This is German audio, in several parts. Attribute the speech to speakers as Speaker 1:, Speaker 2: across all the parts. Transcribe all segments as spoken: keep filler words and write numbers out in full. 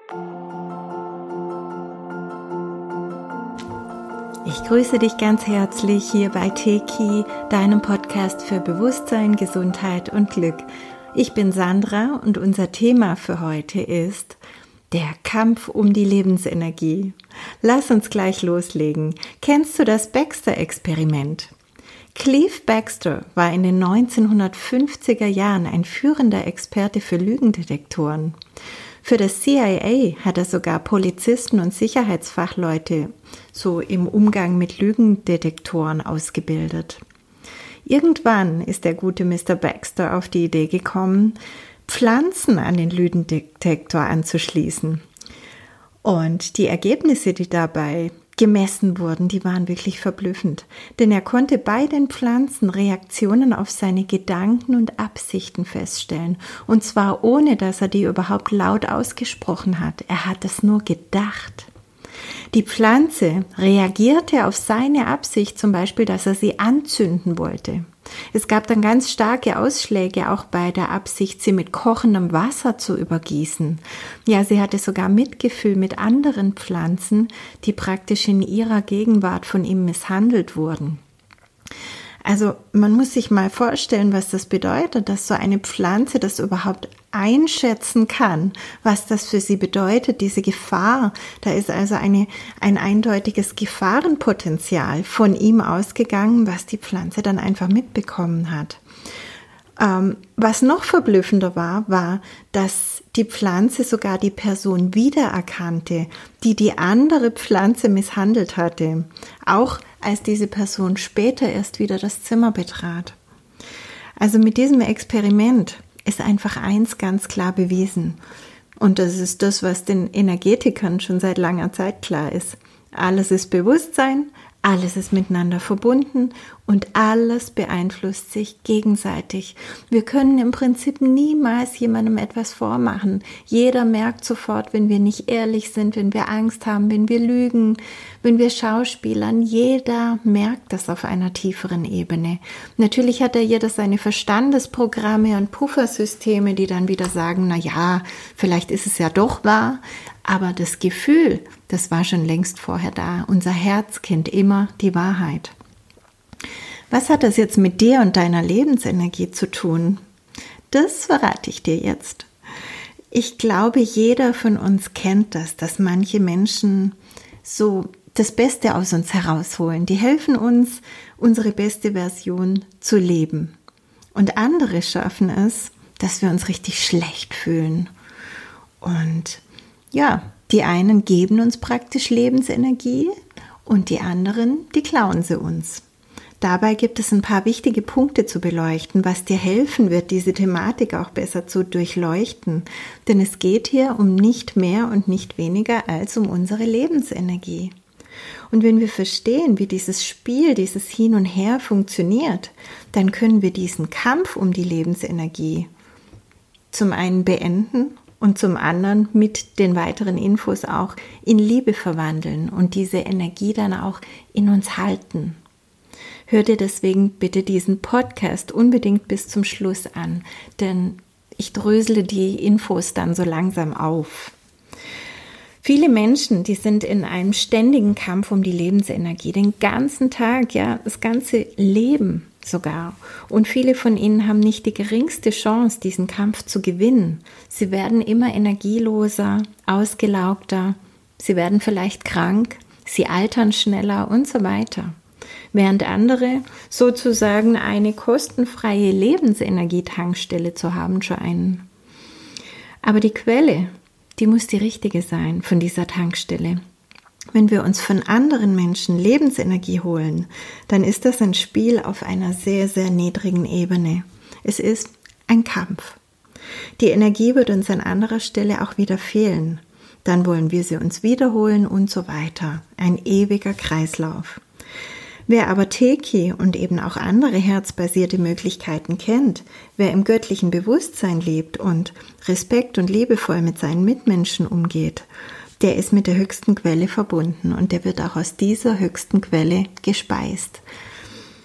Speaker 1: Ich grüße dich ganz herzlich hier bei Teki, deinem Podcast für Bewusstsein, Gesundheit und Glück. Ich bin Sandra und unser Thema für heute ist der Kampf um die Lebensenergie. Lass uns gleich loslegen. Kennst du das Baxter-Experiment? Cleve Baxter war in den neunzehnhundertfünfziger Jahren ein führender Experte für Lügendetektoren. Für das C I A hat er sogar Polizisten und Sicherheitsfachleute so im Umgang mit Lügendetektoren ausgebildet. Irgendwann ist der gute Mister Baxter auf die Idee gekommen, Pflanzen an den Lügendetektor anzuschließen. Und die Ergebnisse, die dabei gemessen wurden, die waren wirklich verblüffend. Denn er konnte bei den Pflanzen Reaktionen auf seine Gedanken und Absichten feststellen. Und zwar ohne, dass er die überhaupt laut ausgesprochen hat. Er hat es nur gedacht. Die Pflanze reagierte auf seine Absicht, zum Beispiel, dass er sie anzünden wollte. Es gab dann ganz starke Ausschläge auch bei der Absicht, sie mit kochendem Wasser zu übergießen. Ja, sie hatte sogar Mitgefühl mit anderen Pflanzen, die praktisch in ihrer Gegenwart von ihm misshandelt wurden. Also man muss sich mal vorstellen, was das bedeutet, dass so eine Pflanze das überhaupt einschätzen kann, was das für sie bedeutet, diese Gefahr. Da ist also eine, ein eindeutiges Gefahrenpotenzial von ihm ausgegangen, was die Pflanze dann einfach mitbekommen hat. Ähm, was noch verblüffender war, war, dass die Pflanze sogar die Person wiedererkannte, die die andere Pflanze misshandelt hatte, auch als diese Person später erst wieder das Zimmer betrat. Also mit diesem Experiment ist einfach eins ganz klar bewiesen. Und das ist das, was den Energetikern schon seit langer Zeit klar ist. Alles ist Bewusstsein, alles ist miteinander verbunden und alles beeinflusst sich gegenseitig. Wir können im Prinzip niemals jemandem etwas vormachen. Jeder merkt sofort, wenn wir nicht ehrlich sind, wenn wir Angst haben, wenn wir lügen, wenn wir schauspielern. Jeder merkt das auf einer tieferen Ebene. Natürlich hat ja jeder seine Verstandesprogramme und Puffersysteme, die dann wieder sagen, na ja, vielleicht ist es ja doch wahr. Aber das Gefühl, das war schon längst vorher da. Unser Herz kennt immer die Wahrheit. Was hat das jetzt mit dir und deiner Lebensenergie zu tun? Das verrate ich dir jetzt. Ich glaube, jeder von uns kennt das, dass manche Menschen so das Beste aus uns herausholen. Die helfen uns, unsere beste Version zu leben. Und andere schaffen es, dass wir uns richtig schlecht fühlen. Und ja, die einen geben uns praktisch Lebensenergie und die anderen, die klauen sie uns. Dabei gibt es ein paar wichtige Punkte zu beleuchten, was dir helfen wird, diese Thematik auch besser zu durchleuchten. Denn es geht hier um nicht mehr und nicht weniger als um unsere Lebensenergie. Und wenn wir verstehen, wie dieses Spiel, dieses Hin und Her funktioniert, dann können wir diesen Kampf um die Lebensenergie zum einen beenden und zum anderen mit den weiteren Infos auch in Liebe verwandeln und diese Energie dann auch in uns halten. Hör dir deswegen bitte diesen Podcast unbedingt bis zum Schluss an, denn ich drösele die Infos dann so langsam auf. Viele Menschen, die sind in einem ständigen Kampf um die Lebensenergie, den ganzen Tag, ja, das ganze Leben sogar. Und viele von ihnen haben nicht die geringste Chance, diesen Kampf zu gewinnen. Sie werden immer energieloser, ausgelaugter, sie werden vielleicht krank, sie altern schneller und so weiter. Während andere sozusagen eine kostenfreie Lebensenergietankstelle zu haben scheinen. Aber die Quelle, die muss die richtige sein von dieser Tankstelle. Wenn wir uns von anderen Menschen Lebensenergie holen, dann ist das ein Spiel auf einer sehr, sehr niedrigen Ebene. Es ist ein Kampf. Die Energie wird uns an anderer Stelle auch wieder fehlen. Dann wollen wir sie uns wiederholen und so weiter. Ein ewiger Kreislauf. Wer aber Teki und eben auch andere herzbasierte Möglichkeiten kennt, wer im göttlichen Bewusstsein lebt und respekt- und liebevoll mit seinen Mitmenschen umgeht, der ist mit der höchsten Quelle verbunden und der wird auch aus dieser höchsten Quelle gespeist.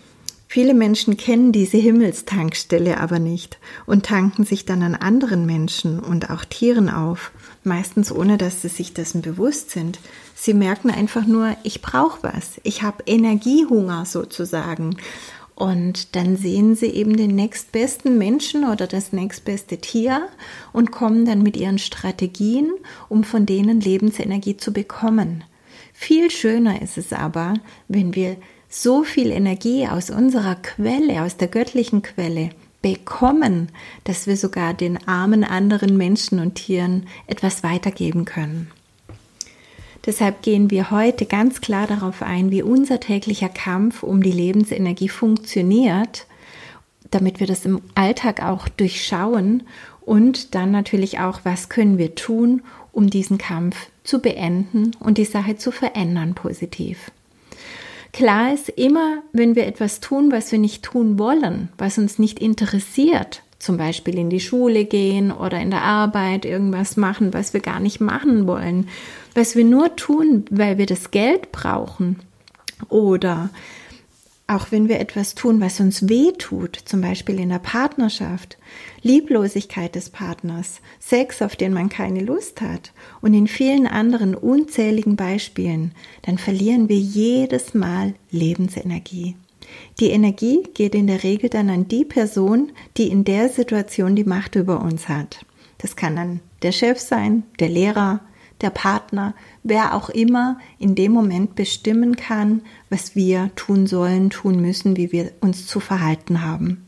Speaker 1: Viele Menschen kennen diese Himmelstankstelle aber nicht und tanken sich dann an anderen Menschen und auch Tieren auf, meistens ohne dass sie sich dessen bewusst sind. Sie merken einfach nur, ich brauche was, ich habe Energiehunger sozusagen. Und dann sehen sie eben den nächstbesten Menschen oder das nächstbeste Tier und kommen dann mit ihren Strategien, um von denen Lebensenergie zu bekommen. Viel schöner ist es aber, wenn wir so viel Energie aus unserer Quelle, aus der göttlichen Quelle bekommen, dass wir sogar den armen anderen Menschen und Tieren etwas weitergeben können. Deshalb gehen wir heute ganz klar darauf ein, wie unser täglicher Kampf um die Lebensenergie funktioniert, damit wir das im Alltag auch durchschauen und dann natürlich auch, was können wir tun, um diesen Kampf zu beenden und die Sache zu verändern positiv. Klar ist immer, wenn wir etwas tun, was wir nicht tun wollen, was uns nicht interessiert, zum Beispiel in die Schule gehen oder in der Arbeit irgendwas machen, was wir gar nicht machen wollen, was wir nur tun, weil wir das Geld brauchen oder auch wenn wir etwas tun, was uns weh tut, zum Beispiel in der Partnerschaft, Lieblosigkeit des Partners, Sex, auf den man keine Lust hat und in vielen anderen unzähligen Beispielen, dann verlieren wir jedes Mal Lebensenergie. Die Energie geht in der Regel dann an die Person, die in der Situation die Macht über uns hat. Das kann dann der Chef sein, der Lehrer, der Partner, wer auch immer in dem Moment bestimmen kann, was wir tun sollen, tun müssen, wie wir uns zu verhalten haben.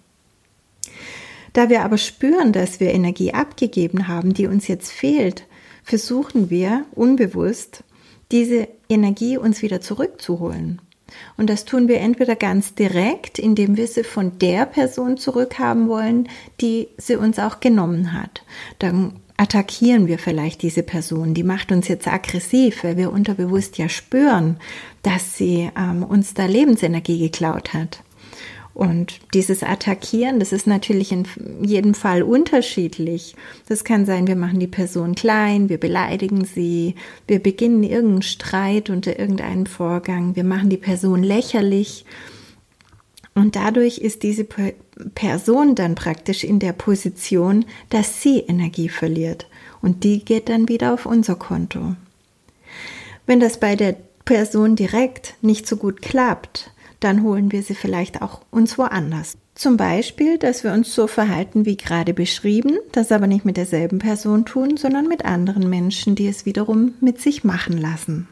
Speaker 1: Da wir aber spüren, dass wir Energie abgegeben haben, die uns jetzt fehlt, versuchen wir unbewusst, diese Energie uns wieder zurückzuholen. Und das tun wir entweder ganz direkt, indem wir sie von der Person zurückhaben wollen, die sie uns auch genommen hat. Dann attackieren wir vielleicht diese Person, die macht uns jetzt aggressiv, weil wir unterbewusst ja spüren, dass sie ähm, uns da Lebensenergie geklaut hat. Und dieses Attackieren, das ist natürlich in jedem Fall unterschiedlich. Das kann sein, wir machen die Person klein, wir beleidigen sie, wir beginnen irgendeinen Streit unter irgendeinem Vorgang, wir machen die Person lächerlich. Und dadurch ist diese Person dann praktisch in der Position, dass sie Energie verliert. Und die geht dann wieder auf unser Konto. Wenn das bei der Person direkt nicht so gut klappt, dann holen wir sie vielleicht auch uns woanders. Zum Beispiel, dass wir uns so verhalten wie gerade beschrieben, das aber nicht mit derselben Person tun, sondern mit anderen Menschen, die es wiederum mit sich machen lassen.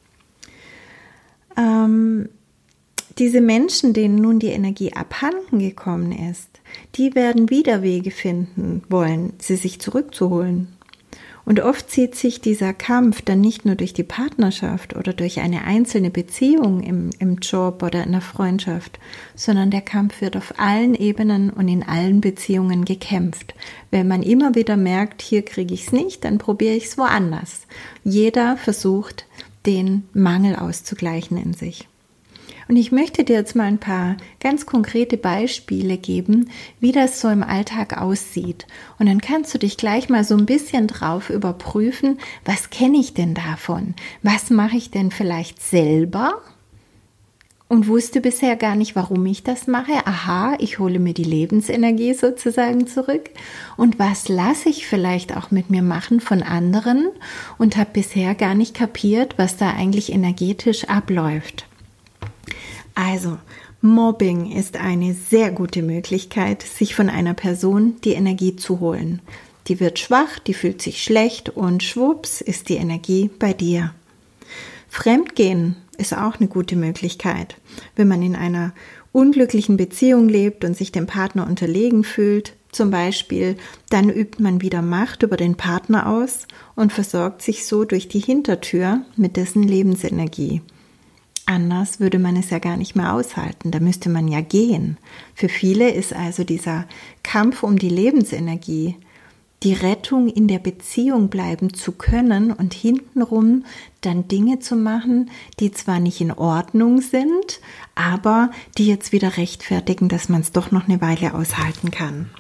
Speaker 1: Ähm, diese Menschen, denen nun die Energie abhanden gekommen ist, die werden wieder Wege finden wollen, sie sich zurückzuholen. Und oft zieht sich dieser Kampf dann nicht nur durch die Partnerschaft oder durch eine einzelne Beziehung im, im Job oder in der Freundschaft, sondern der Kampf wird auf allen Ebenen und in allen Beziehungen gekämpft. Wenn man immer wieder merkt, hier kriege ich es nicht, dann probiere ich es woanders. Jeder versucht, den Mangel auszugleichen in sich. Und ich möchte dir jetzt mal ein paar ganz konkrete Beispiele geben, wie das so im Alltag aussieht. Und dann kannst du dich gleich mal so ein bisschen drauf überprüfen, was kenne ich denn davon? Was mache ich denn vielleicht selber? Und wusste bisher gar nicht, warum ich das mache. Aha, ich hole mir die Lebensenergie sozusagen zurück. Und was lasse ich vielleicht auch mit mir machen von anderen und habe bisher gar nicht kapiert, was da eigentlich energetisch abläuft. Also, Mobbing ist eine sehr gute Möglichkeit, sich von einer Person die Energie zu holen. Die wird schwach, die fühlt sich schlecht und schwupps ist die Energie bei dir. Fremdgehen ist auch eine gute Möglichkeit. Wenn man in einer unglücklichen Beziehung lebt und sich dem Partner unterlegen fühlt, zum Beispiel, dann übt man wieder Macht über den Partner aus und versorgt sich so durch die Hintertür mit dessen Lebensenergie. Anders würde man es ja gar nicht mehr aushalten, da müsste man ja gehen. Für viele ist also dieser Kampf um die Lebensenergie, die Rettung in der Beziehung bleiben zu können und hintenrum dann Dinge zu machen, die zwar nicht in Ordnung sind, aber die jetzt wieder rechtfertigen, dass man es doch noch eine Weile aushalten kann.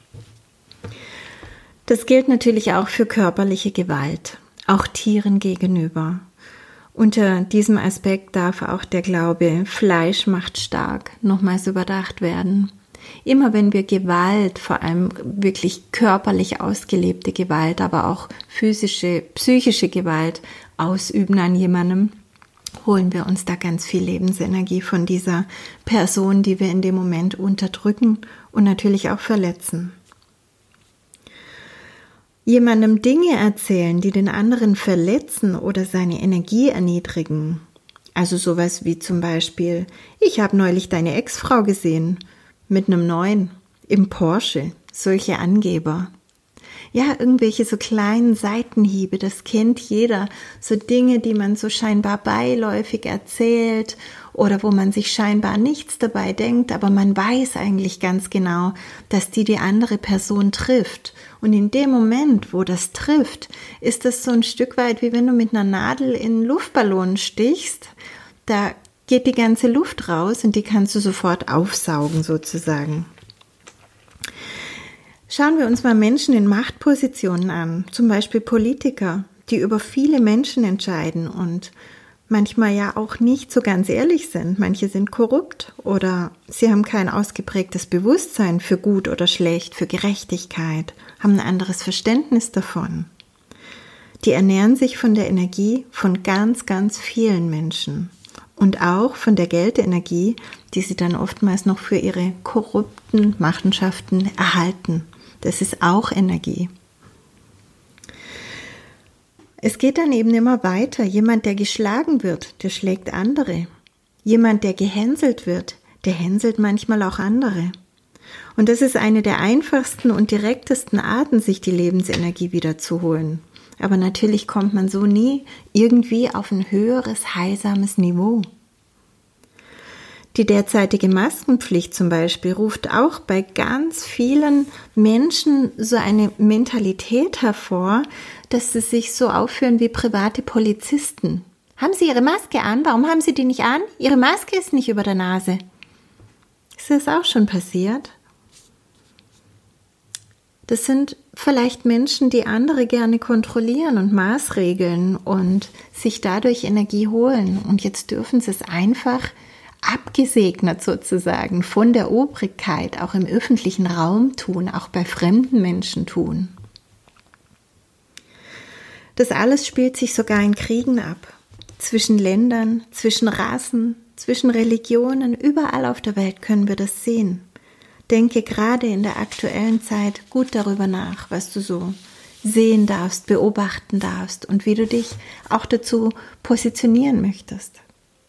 Speaker 1: Das gilt natürlich auch für körperliche Gewalt, auch Tieren gegenüber. Unter diesem Aspekt darf auch der Glaube, Fleisch macht stark, nochmals überdacht werden. Immer wenn wir Gewalt, vor allem wirklich körperlich ausgelebte Gewalt, aber auch physische, psychische Gewalt ausüben an jemandem, holen wir uns da ganz viel Lebensenergie von dieser Person, die wir in dem Moment unterdrücken und natürlich auch verletzen. Jemandem Dinge erzählen, die den anderen verletzen oder seine Energie erniedrigen. Also sowas wie zum Beispiel, ich habe neulich deine Ex-Frau gesehen, mit einem neuen, im Porsche, solche Angeber. Ja, irgendwelche so kleinen Seitenhiebe, das kennt jeder, so Dinge, die man so scheinbar beiläufig erzählt oder wo man sich scheinbar nichts dabei denkt, aber man weiß eigentlich ganz genau, dass die die andere Person trifft. Und in dem Moment, wo das trifft, ist das so ein Stück weit, wie wenn du mit einer Nadel in einen Luftballon stichst, da geht die ganze Luft raus und die kannst du sofort aufsaugen sozusagen. Schauen wir uns mal Menschen in Machtpositionen an, zum Beispiel Politiker, die über viele Menschen entscheiden und manchmal ja auch nicht so ganz ehrlich sind. Manche sind korrupt oder sie haben kein ausgeprägtes Bewusstsein für gut oder schlecht, für Gerechtigkeit, haben ein anderes Verständnis davon. Die ernähren sich von der Energie von ganz, ganz vielen Menschen und auch von der Geldenergie, die sie dann oftmals noch für ihre korrupten Machenschaften erhalten. Das ist auch Energie. Es geht dann eben immer weiter. Jemand, der geschlagen wird, der schlägt andere. Jemand, der gehänselt wird, der hänselt manchmal auch andere. Und das ist eine der einfachsten und direktesten Arten, sich die Lebensenergie wiederzuholen. Aber natürlich kommt man so nie irgendwie auf ein höheres, heilsames Niveau. Die derzeitige Maskenpflicht zum Beispiel ruft auch bei ganz vielen Menschen so eine Mentalität hervor, dass sie sich so aufführen wie private Polizisten. Haben Sie Ihre Maske an? Warum haben Sie die nicht an? Ihre Maske ist nicht über der Nase. Ist das auch schon passiert? Das sind vielleicht Menschen, die andere gerne kontrollieren und maßregeln und sich dadurch Energie holen. Und jetzt dürfen sie es einfach abgesegnet sozusagen von der Obrigkeit auch im öffentlichen Raum tun, auch bei fremden Menschen tun. Das alles spielt sich sogar in Kriegen ab. Zwischen Ländern, zwischen Rassen, zwischen Religionen, überall auf der Welt können wir das sehen. Denke gerade in der aktuellen Zeit gut darüber nach, was du so sehen darfst, beobachten darfst und wie du dich auch dazu positionieren möchtest.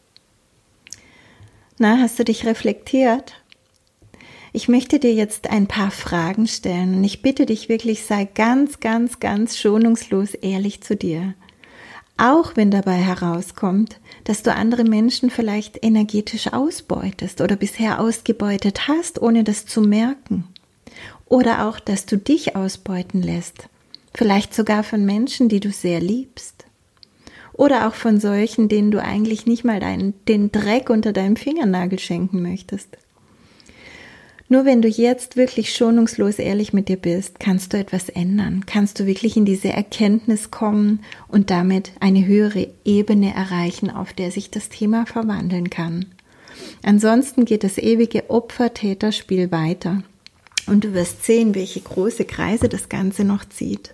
Speaker 1: Na, hast du dich reflektiert? Ich möchte dir jetzt ein paar Fragen stellen und ich bitte dich wirklich, sei ganz, ganz, ganz schonungslos ehrlich zu dir. Auch wenn dabei herauskommt, dass du andere Menschen vielleicht energetisch ausbeutest oder bisher ausgebeutet hast, ohne das zu merken. Oder auch, dass du dich ausbeuten lässt, vielleicht sogar von Menschen, die du sehr liebst. Oder auch von solchen, denen du eigentlich nicht mal deinen, den Dreck unter deinem Fingernagel schenken möchtest. Nur wenn du jetzt wirklich schonungslos ehrlich mit dir bist, kannst du etwas ändern. Kannst du wirklich in diese Erkenntnis kommen und damit eine höhere Ebene erreichen, auf der sich das Thema verwandeln kann. Ansonsten geht das ewige Opfer-Täter-Spiel weiter. Und du wirst sehen, welche große Kreise das Ganze noch zieht.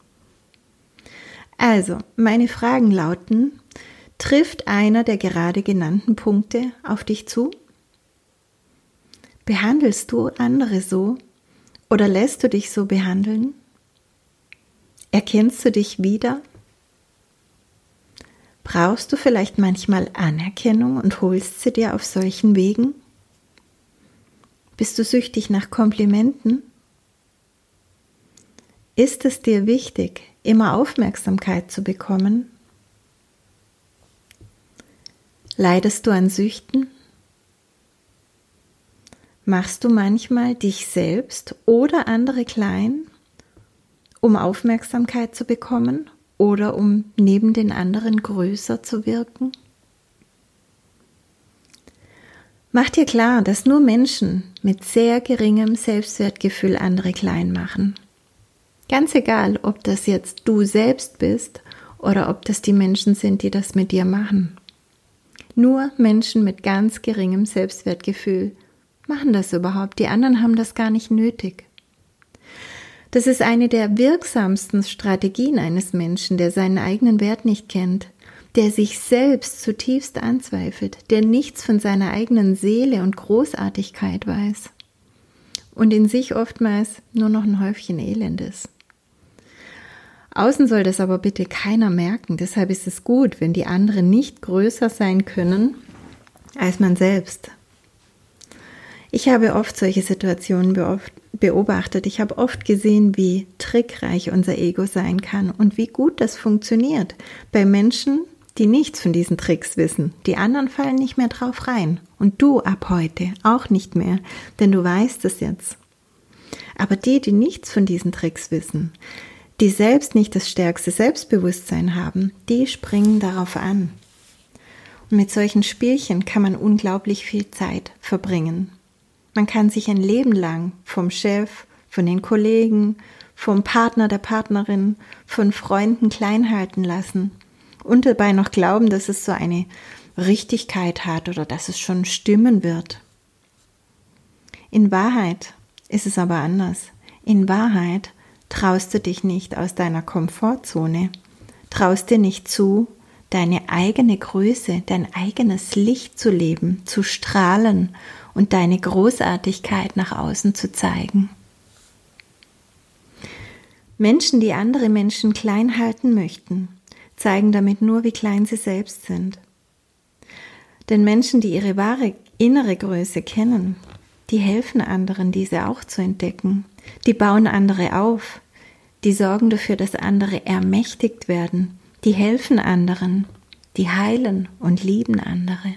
Speaker 1: Also, meine Fragen lauten, trifft einer der gerade genannten Punkte auf dich zu? Behandelst du andere so oder lässt du dich so behandeln? Erkennst du dich wieder? Brauchst du vielleicht manchmal Anerkennung und holst sie dir auf solchen Wegen? Bist du süchtig nach Komplimenten? Ist es dir wichtig, immer Aufmerksamkeit zu bekommen? Leidest du an Süchten? Machst du manchmal dich selbst oder andere klein, um Aufmerksamkeit zu bekommen oder um neben den anderen größer zu wirken? Mach dir klar, dass nur Menschen mit sehr geringem Selbstwertgefühl andere klein machen. Ganz egal, ob das jetzt du selbst bist oder ob das die Menschen sind, die das mit dir machen. Nur Menschen mit ganz geringem Selbstwertgefühl machen das überhaupt. Die anderen haben das gar nicht nötig. Das ist eine der wirksamsten Strategien eines Menschen, der seinen eigenen Wert nicht kennt, der sich selbst zutiefst anzweifelt, der nichts von seiner eigenen Seele und Großartigkeit weiß und in sich oftmals nur noch ein Häufchen Elend ist. Außen soll das aber bitte keiner merken, deshalb ist es gut, wenn die anderen nicht größer sein können als man selbst. Ich habe oft solche Situationen beobachtet. Ich habe oft gesehen, wie trickreich unser Ego sein kann und wie gut das funktioniert bei Menschen, die nichts von diesen Tricks wissen. Die anderen fallen nicht mehr drauf rein und du ab heute auch nicht mehr, denn du weißt es jetzt. Aber die, die nichts von diesen Tricks wissen, die selbst nicht das stärkste Selbstbewusstsein haben, die springen darauf an. Und mit solchen Spielchen kann man unglaublich viel Zeit verbringen. Man kann sich ein Leben lang vom Chef, von den Kollegen, vom Partner, der Partnerin, von Freunden klein halten lassen und dabei noch glauben, dass es so eine Richtigkeit hat oder dass es schon stimmen wird. In Wahrheit ist es aber anders. In Wahrheit traust du dich nicht aus deiner Komfortzone, traust dir nicht zu, deine eigene Größe, dein eigenes Licht zu leben, zu strahlen und deine Großartigkeit nach außen zu zeigen. Menschen, die andere Menschen klein halten möchten, zeigen damit nur, wie klein sie selbst sind. Denn Menschen, die ihre wahre innere Größe kennen, die helfen anderen, diese auch zu entdecken. Die bauen andere auf, die sorgen dafür, dass andere ermächtigt werden, die helfen anderen, die heilen und lieben andere.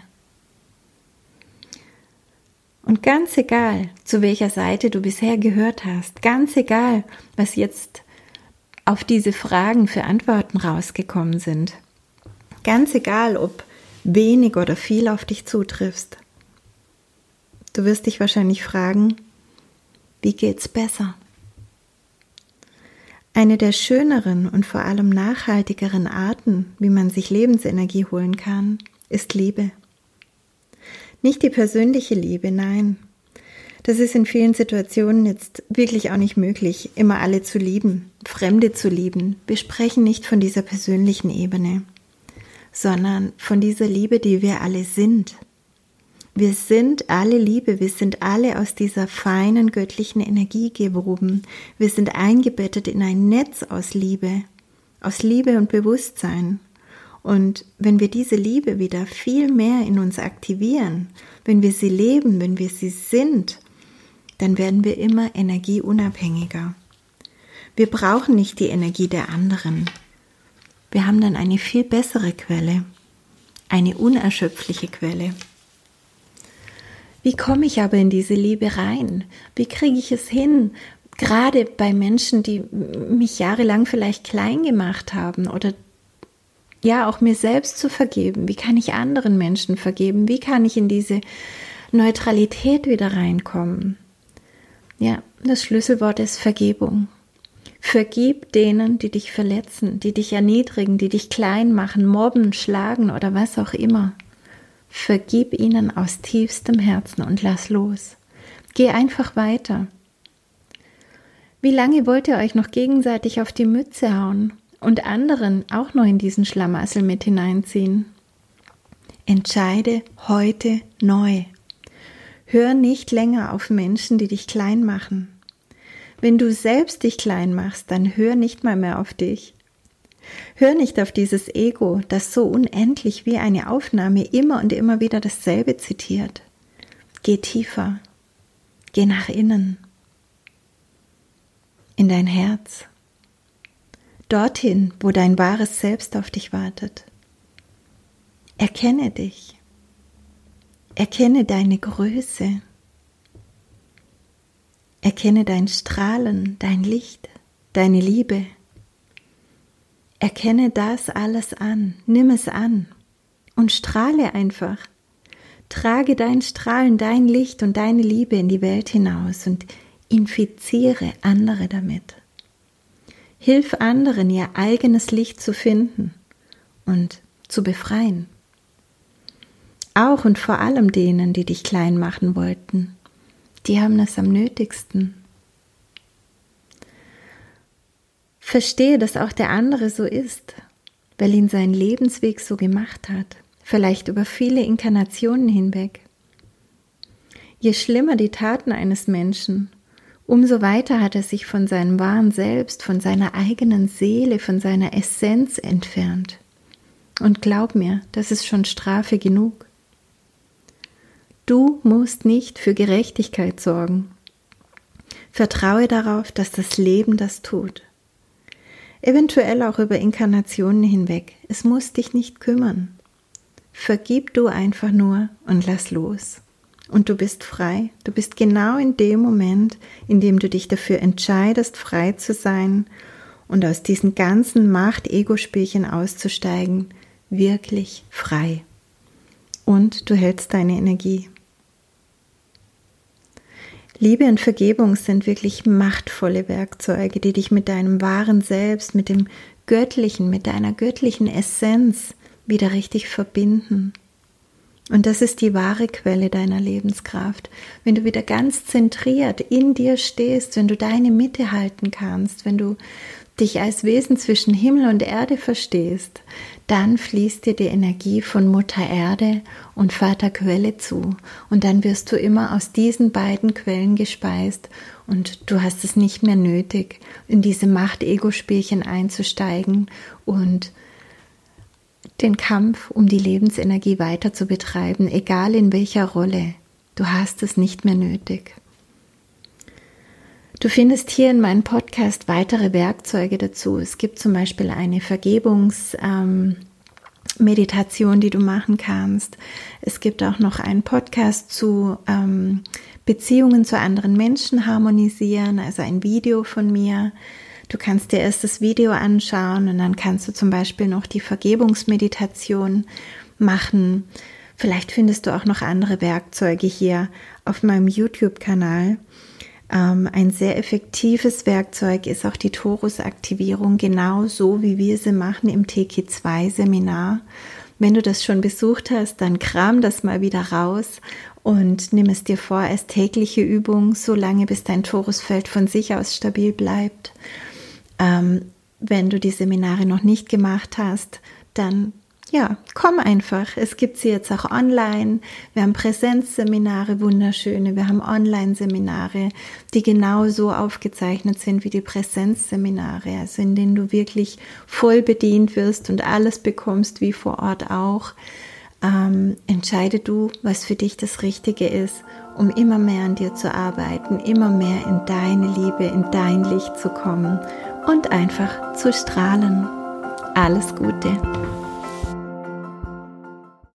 Speaker 1: Und ganz egal, zu welcher Seite du bisher gehört hast, ganz egal, was jetzt auf diese Fragen für Antworten rausgekommen sind, ganz egal, ob wenig oder viel auf dich zutriffst, du wirst dich wahrscheinlich fragen, wie geht's besser? Eine der schöneren und vor allem nachhaltigeren Arten, wie man sich Lebensenergie holen kann, ist Liebe. Nicht die persönliche Liebe, nein. Das ist in vielen Situationen jetzt wirklich auch nicht möglich, immer alle zu lieben, Fremde zu lieben. Wir sprechen nicht von dieser persönlichen Ebene, sondern von dieser Liebe, die wir alle sind. Wir sind alle Liebe, wir sind alle aus dieser feinen göttlichen Energie gewoben. Wir sind eingebettet in ein Netz aus Liebe, aus Liebe und Bewusstsein. Und wenn wir diese Liebe wieder viel mehr in uns aktivieren, wenn wir sie leben, wenn wir sie sind, dann werden wir immer energieunabhängiger. Wir brauchen nicht die Energie der anderen. Wir haben dann eine viel bessere Quelle, eine unerschöpfliche Quelle. Wie komme ich aber in diese Liebe rein? Wie kriege ich es hin? Gerade bei Menschen, die mich jahrelang vielleicht klein gemacht haben oder ja, auch mir selbst zu vergeben. Wie kann ich anderen Menschen vergeben? Wie kann ich in diese Neutralität wieder reinkommen? Ja, das Schlüsselwort ist Vergebung. Vergib denen, die dich verletzen, die dich erniedrigen, die dich klein machen, mobben, schlagen oder was auch immer. Vergib ihnen aus tiefstem Herzen und lass los. Geh einfach weiter. Wie lange wollt ihr euch noch gegenseitig auf die Mütze hauen und anderen auch noch in diesen Schlamassel mit hineinziehen? Entscheide heute neu. Hör nicht länger auf Menschen, die dich klein machen. Wenn du selbst dich klein machst, dann hör nicht mal mehr auf dich. Hör nicht auf dieses Ego, das so unendlich wie eine Aufnahme immer und immer wieder dasselbe zitiert. Geh tiefer. Geh nach innen. In dein Herz. Dorthin, wo dein wahres Selbst auf dich wartet. Erkenne dich. Erkenne deine Größe. Erkenne dein Strahlen, dein Licht, deine Liebe. Erkenne das alles an, nimm es an und strahle einfach. Trage dein Strahlen, dein Licht und deine Liebe in die Welt hinaus und infiziere andere damit. Hilf anderen, ihr eigenes Licht zu finden und zu befreien. Auch und vor allem denen, die dich klein machen wollten. Die haben es am nötigsten. Verstehe, dass auch der andere so ist, weil ihn sein Lebensweg so gemacht hat, vielleicht über viele Inkarnationen hinweg. Je schlimmer die Taten eines Menschen, umso weiter hat er sich von seinem wahren Selbst, von seiner eigenen Seele, von seiner Essenz entfernt. Und glaub mir, das ist schon Strafe genug. Du musst nicht für Gerechtigkeit sorgen. Vertraue darauf, dass das Leben das tut. Eventuell auch über Inkarnationen hinweg. Es muss dich nicht kümmern. Vergib du einfach nur und lass los. Und du bist frei. Du bist genau in dem Moment, in dem du dich dafür entscheidest, frei zu sein und aus diesen ganzen Macht-Ego-Spielchen auszusteigen, wirklich frei. Und du hältst deine Energie. Liebe und Vergebung sind wirklich machtvolle Werkzeuge, die dich mit deinem wahren Selbst, mit dem Göttlichen, mit deiner göttlichen Essenz wieder richtig verbinden. Und das ist die wahre Quelle deiner Lebenskraft. Wenn du wieder ganz zentriert in dir stehst, wenn du deine Mitte halten kannst, wenn du dich als Wesen zwischen Himmel und Erde verstehst, dann fließt dir die Energie von Mutter Erde und Vater Quelle zu. Und dann wirst du immer aus diesen beiden Quellen gespeist und du hast es nicht mehr nötig, in diese Macht-Ego-Spielchen einzusteigen und den Kampf um die Lebensenergie weiter zu betreiben, egal in welcher Rolle. Du hast es nicht mehr nötig. Du findest hier in meinem Podcast weitere Werkzeuge dazu. Es gibt zum Beispiel eine Vergebungsmeditation, ähm, die du machen kannst. Es gibt auch noch einen Podcast zu ähm, Beziehungen zu anderen Menschen harmonisieren, also ein Video von mir. Du kannst dir erst das Video anschauen und dann kannst du zum Beispiel noch die Vergebungsmeditation machen. Vielleicht findest du auch noch andere Werkzeuge hier auf meinem YouTube-Kanal. Ähm, ein sehr effektives Werkzeug ist auch die Torus-Aktivierung, genauso wie wir sie machen im T K zwei Seminar. Wenn du das schon besucht hast, dann kram das mal wieder raus und nimm es dir vor als tägliche Übung, so lange bis dein Torusfeld von sich aus stabil bleibt. Ähm, wenn du die Seminare noch nicht gemacht hast, dann ja, komm einfach. Es gibt sie jetzt auch online. Wir haben Präsenzseminare, wunderschöne. Wir haben Online-Seminare, die genau so aufgezeichnet sind wie die Präsenzseminare, also in denen du wirklich voll bedient wirst und alles bekommst wie vor Ort auch. Ähm, entscheide du, was für dich das Richtige ist, um immer mehr an dir zu arbeiten, immer mehr in deine Liebe, in dein Licht zu kommen und einfach zu strahlen. Alles Gute.